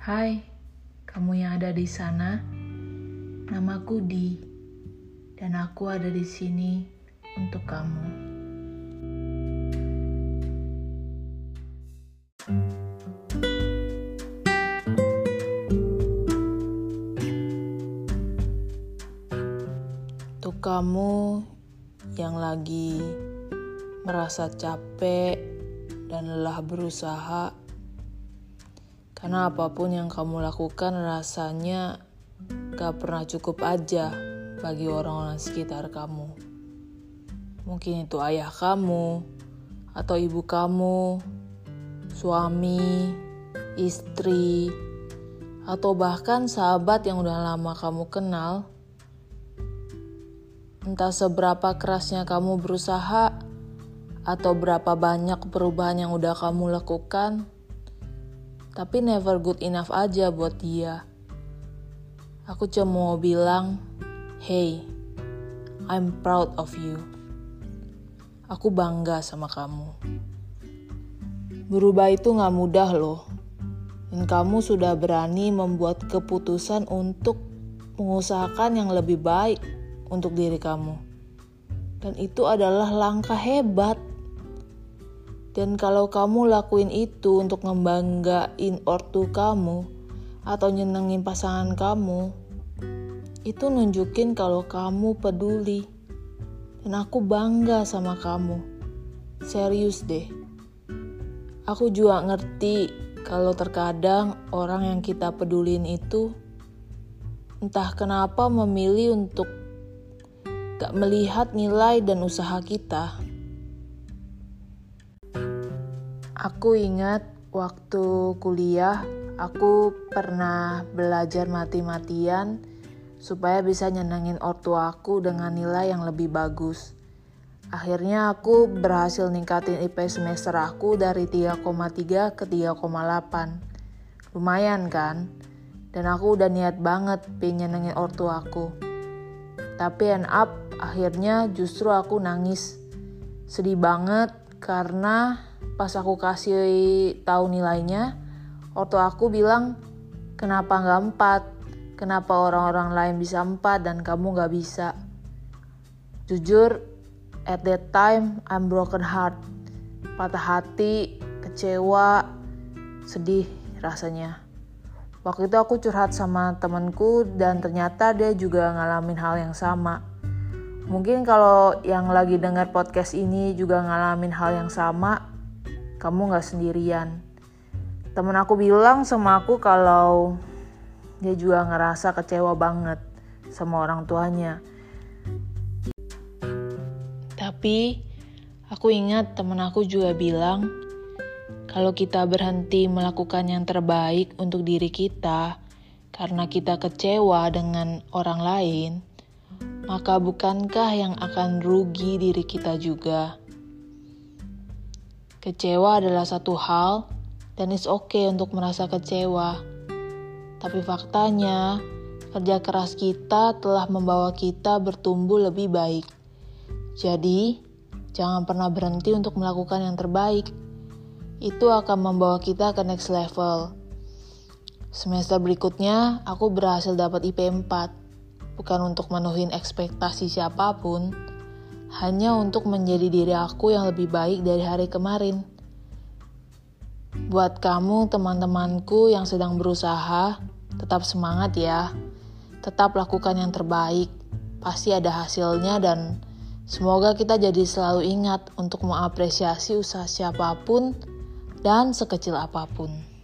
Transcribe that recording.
Hai, kamu yang ada di sana. Namaku Di, dan aku ada di sini untuk kamu. Untuk kamu yang lagi merasa capek dan lelah berusaha, karena apapun yang kamu lakukan rasanya gak pernah cukup aja bagi orang-orang sekitar kamu. Mungkin itu ayah kamu, atau ibu kamu, suami, istri, atau bahkan sahabat yang udah lama kamu kenal. Entah seberapa kerasnya kamu berusaha, atau berapa banyak perubahan yang udah kamu lakukan, tapi never good enough aja buat dia. Aku cuma mau bilang, hey, I'm proud of you. Aku bangga sama kamu. Berubah itu gak mudah loh. Dan kamu sudah berani membuat keputusan untuk mengusahakan yang lebih baik untuk diri kamu. Dan itu adalah langkah hebat. Dan kalau kamu lakuin itu untuk ngebanggain ortu kamu atau nyenengin pasangan kamu, itu nunjukin kalau kamu peduli. Dan aku bangga sama kamu. Serius deh. Aku juga ngerti kalau terkadang orang yang kita pedulin itu entah kenapa memilih untuk gak melihat nilai dan usaha kita. Aku ingat waktu kuliah, aku pernah belajar mati-matian supaya bisa nyenengin ortu aku dengan nilai yang lebih bagus. Akhirnya aku berhasil ningkatin IP semester aku dari 3,3 ke 3,8. Lumayan kan? Dan aku udah niat banget pengen nyenengin ortu aku. Tapi end up akhirnya justru aku nangis. Sedih banget karena pas aku kasih tahu nilainya, ortu aku bilang, kenapa gak 4? Kenapa orang-orang lain bisa 4 dan kamu gak bisa? Jujur, at that time I'm broken heart. Patah hati, kecewa, sedih rasanya. Waktu itu aku curhat sama temanku dan ternyata dia juga ngalamin hal yang sama. Mungkin kalau yang lagi dengar podcast ini juga ngalamin hal yang sama, kamu gak sendirian. Temen aku bilang sama aku kalau dia juga ngerasa kecewa banget sama orang tuanya. Tapi aku ingat temen aku juga bilang kalau kita berhenti melakukan yang terbaik untuk diri kita karena kita kecewa dengan orang lain, maka bukankah yang akan rugi diri kita juga? Kecewa adalah satu hal dan it's okay untuk merasa kecewa. Tapi faktanya, kerja keras kita telah membawa kita bertumbuh lebih baik. Jadi, jangan pernah berhenti untuk melakukan yang terbaik. Itu akan membawa kita ke next level. Semester berikutnya, aku berhasil dapat IP 4. Bukan untuk menuhin ekspektasi siapapun, hanya untuk menjadi diri aku yang lebih baik dari hari kemarin. Buat kamu teman-temanku yang sedang berusaha, tetap semangat ya. Tetap lakukan yang terbaik. Pasti ada hasilnya dan semoga kita jadi selalu ingat untuk mengapresiasi usaha siapapun dan sekecil apapun.